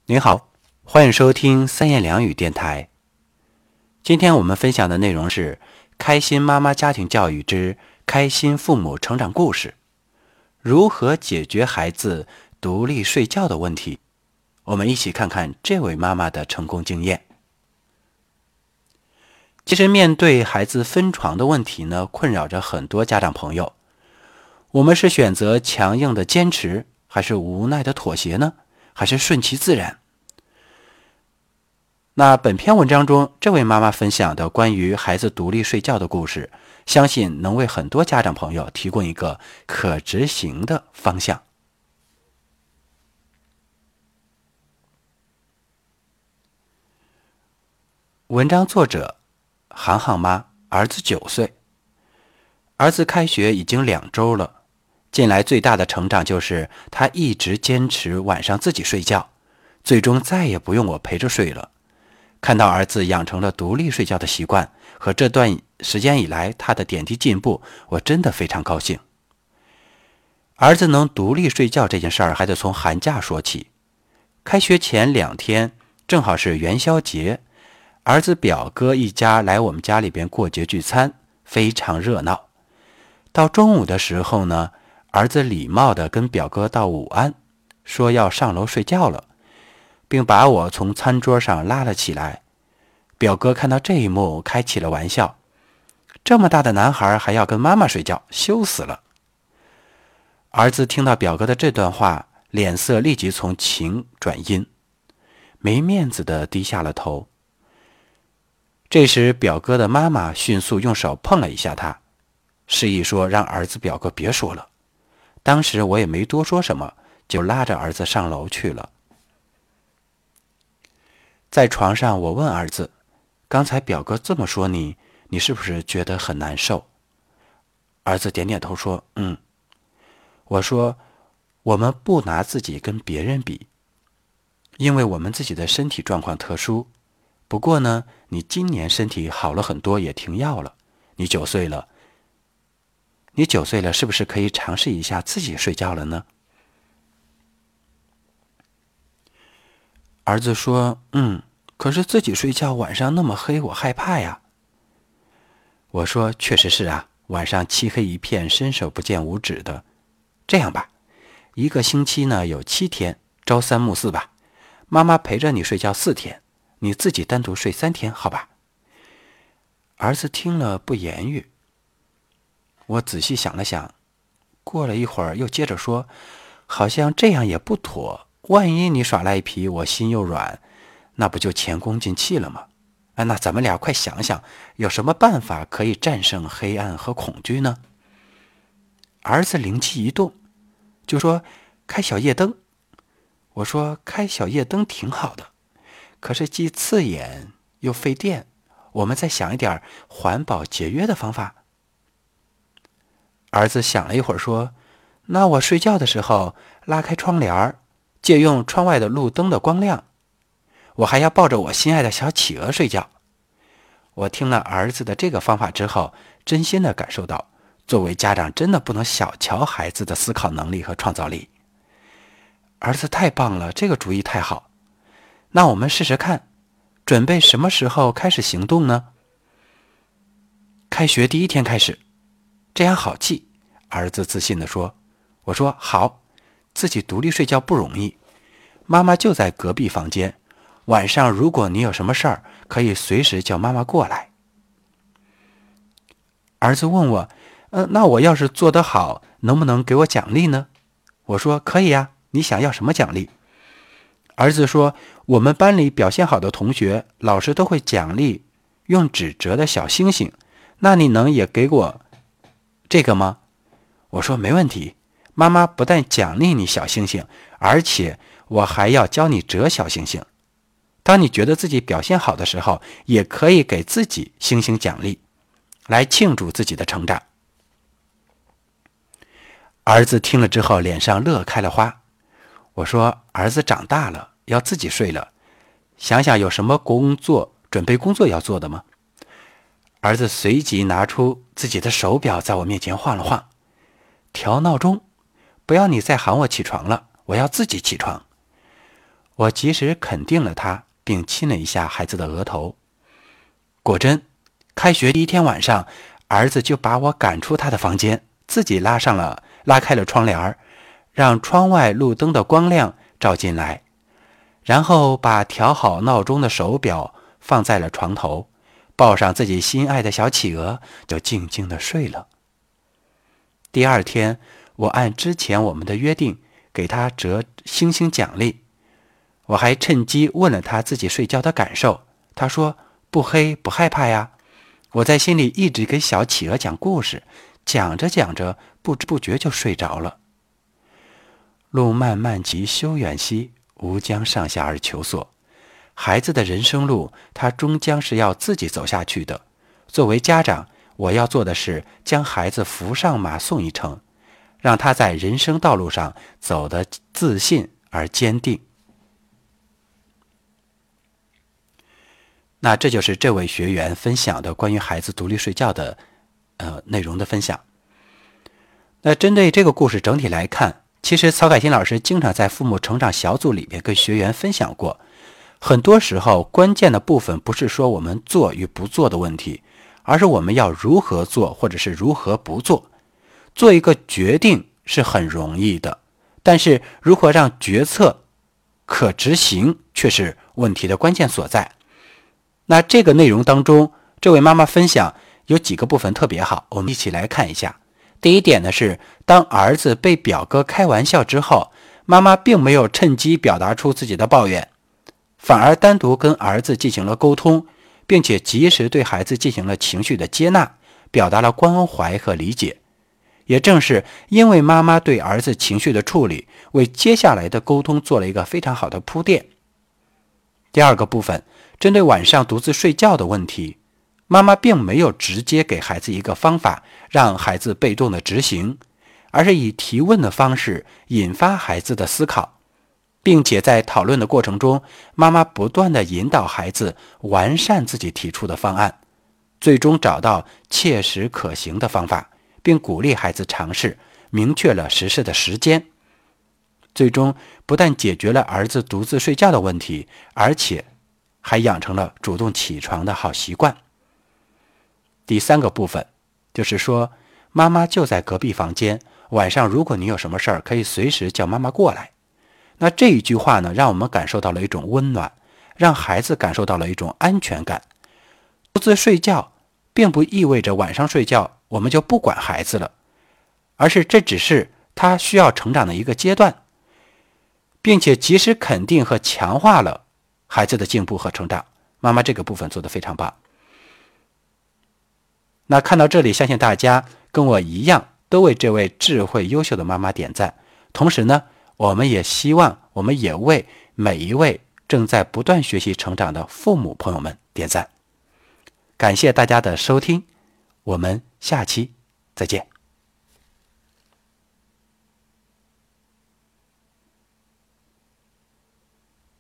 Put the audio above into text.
您好，欢迎收听三言两语电台。今天我们分享的内容是开心妈妈家庭教育之开心父母成长故事，如何解决孩子独立睡觉的问题。我们一起看看这位妈妈的成功经验。其实面对孩子分床的问题呢，困扰着很多家长朋友。我们是选择强硬的坚持，还是无奈的妥协呢？还是顺其自然？那本篇文章中，这位妈妈分享的关于孩子独立睡觉的故事，相信能为很多家长朋友提供一个可执行的方向。文章作者航航妈，儿子9岁。儿子开学已经2周了，近来最大的成长就是他一直坚持晚上自己睡觉，最终再也不用我陪着睡了。看到儿子养成了独立睡觉的习惯，和这段时间以来他的点滴进步，我真的非常高兴。儿子能独立睡觉这件事儿还得从寒假说起。开学前2天正好是元宵节，儿子表哥一家来我们家里边过节聚餐，非常热闹。到中午的时候呢，儿子礼貌地跟表哥道午安，说要上楼睡觉了，并把我从餐桌上拉了起来。表哥看到这一幕，开起了玩笑，这么大的男孩还要跟妈妈睡觉，羞死了。儿子听到表哥的这段话，脸色立即从晴转阴，没面子地低下了头。这时表哥的妈妈迅速用手碰了一下他，示意说让儿子表哥别说了。当时我也没多说什么，就拉着儿子上楼去了。在床上我问儿子，刚才表哥这么说你是不是觉得很难受？儿子点点头说我说我们不拿自己跟别人比，因为我们自己的身体状况特殊。不过呢，你今年身体好了很多，也停药了，你9岁了，是不是可以尝试一下自己睡觉了呢？儿子说可是自己睡觉晚上那么黑，我害怕呀。我说确实是啊，晚上漆黑一片，伸手不见五指的。这样吧，1个星期呢有7天，朝3暮4吧，妈妈陪着你睡觉4天，你自己单独睡3天，好吧？儿子听了不言语。我仔细想了想，过了一会儿又接着说，好像这样也不妥，万一你耍赖皮，我心又软，那不就前功尽弃了吗？那咱们俩快想想，有什么办法可以战胜黑暗和恐惧呢？儿子灵机一动，就说开小夜灯。我说开小夜灯挺好的，可是既刺眼又费电，我们再想一点环保节约的方法。儿子想了一会儿说，那我睡觉的时候拉开窗帘，借用窗外的路灯的光亮，我还要抱着我心爱的小企鹅睡觉。我听了儿子的这个方法之后，真心的感受到，作为家长真的不能小瞧孩子的思考能力和创造力。儿子太棒了，这个主意太好。那我们试试看，准备什么时候开始行动呢？开学第1天开始，这样好记。儿子自信地说。我说好，自己独立睡觉不容易，妈妈就在隔壁房间，晚上如果你有什么事儿，可以随时叫妈妈过来。儿子问我，那我要是做得好，能不能给我奖励呢？我说可以啊，你想要什么奖励？儿子说，我们班里表现好的同学，老师都会奖励用纸折的小星星，那你能也给我这个吗？我说没问题，妈妈不但奖励你小星星，而且我还要教你折小星星。当你觉得自己表现好的时候，也可以给自己星星奖励，来庆祝自己的成长。儿子听了之后，脸上乐开了花。我说儿子长大了，要自己睡了，想想有什么准备工作要做的吗？儿子随即拿出自己的手表，在我面前晃了晃，调闹钟，不要你再喊我起床了，我要自己起床。 我及时肯定了他，并亲了一下孩子的额头。果真，开学第一天晚上，儿子就把我赶出他的房间，自己拉开了窗帘，让窗外路灯的光亮照进来，然后把调好闹钟的手表放在了床头，抱上自己心爱的小企鹅，就静静地睡了。第二天，我按之前我们的约定给他折星星奖励，我还趁机问了他自己睡觉的感受。他说不黑不害怕呀。我在心里一直给小企鹅讲故事，讲着讲着不知不觉就睡着了。路漫漫其修远兮，吾将上下而求索。孩子的人生路，他终将是要自己走下去的。作为家长，我要做的是将孩子扶上马送一程，让他在人生道路上走得自信而坚定。那这就是这位学员分享的关于孩子独立睡觉的内容的分享。那针对这个故事整体来看，其实曹凯新老师经常在父母成长小组里面跟学员分享过，很多时候关键的部分不是说我们做与不做的问题，而是我们要如何做或者是如何不做。做一个决定是很容易的，但是如何让决策可执行却是问题的关键所在。那这个内容当中，这位妈妈分享有几个部分特别好，我们一起来看一下。第一点呢是，当儿子被表哥开玩笑之后，妈妈并没有趁机表达出自己的抱怨，反而单独跟儿子进行了沟通，并且及时对孩子进行了情绪的接纳，表达了关怀和理解。也正是因为妈妈对儿子情绪的处理，为接下来的沟通做了一个非常好的铺垫。第二个部分，针对晚上独自睡觉的问题，妈妈并没有直接给孩子一个方法，让孩子被动的执行，而是以提问的方式引发孩子的思考，并且在讨论的过程中，妈妈不断地引导孩子完善自己提出的方案，最终找到切实可行的方法，并鼓励孩子尝试，明确了实施的时间。最终不但解决了儿子独自睡觉的问题，而且还养成了主动起床的好习惯。第三个部分就是说，妈妈就在隔壁房间，晚上如果你有什么事儿，可以随时叫妈妈过来。那这一句话呢，让我们感受到了一种温暖，让孩子感受到了一种安全感。独自睡觉并不意味着晚上睡觉我们就不管孩子了，而是这只是他需要成长的一个阶段，并且及时肯定和强化了孩子的进步和成长。妈妈这个部分做得非常棒。那看到这里，相信大家跟我一样都为这位智慧优秀的妈妈点赞。同时呢，我们也为每一位正在不断学习成长的父母朋友们点赞。感谢大家的收听，我们下期再见。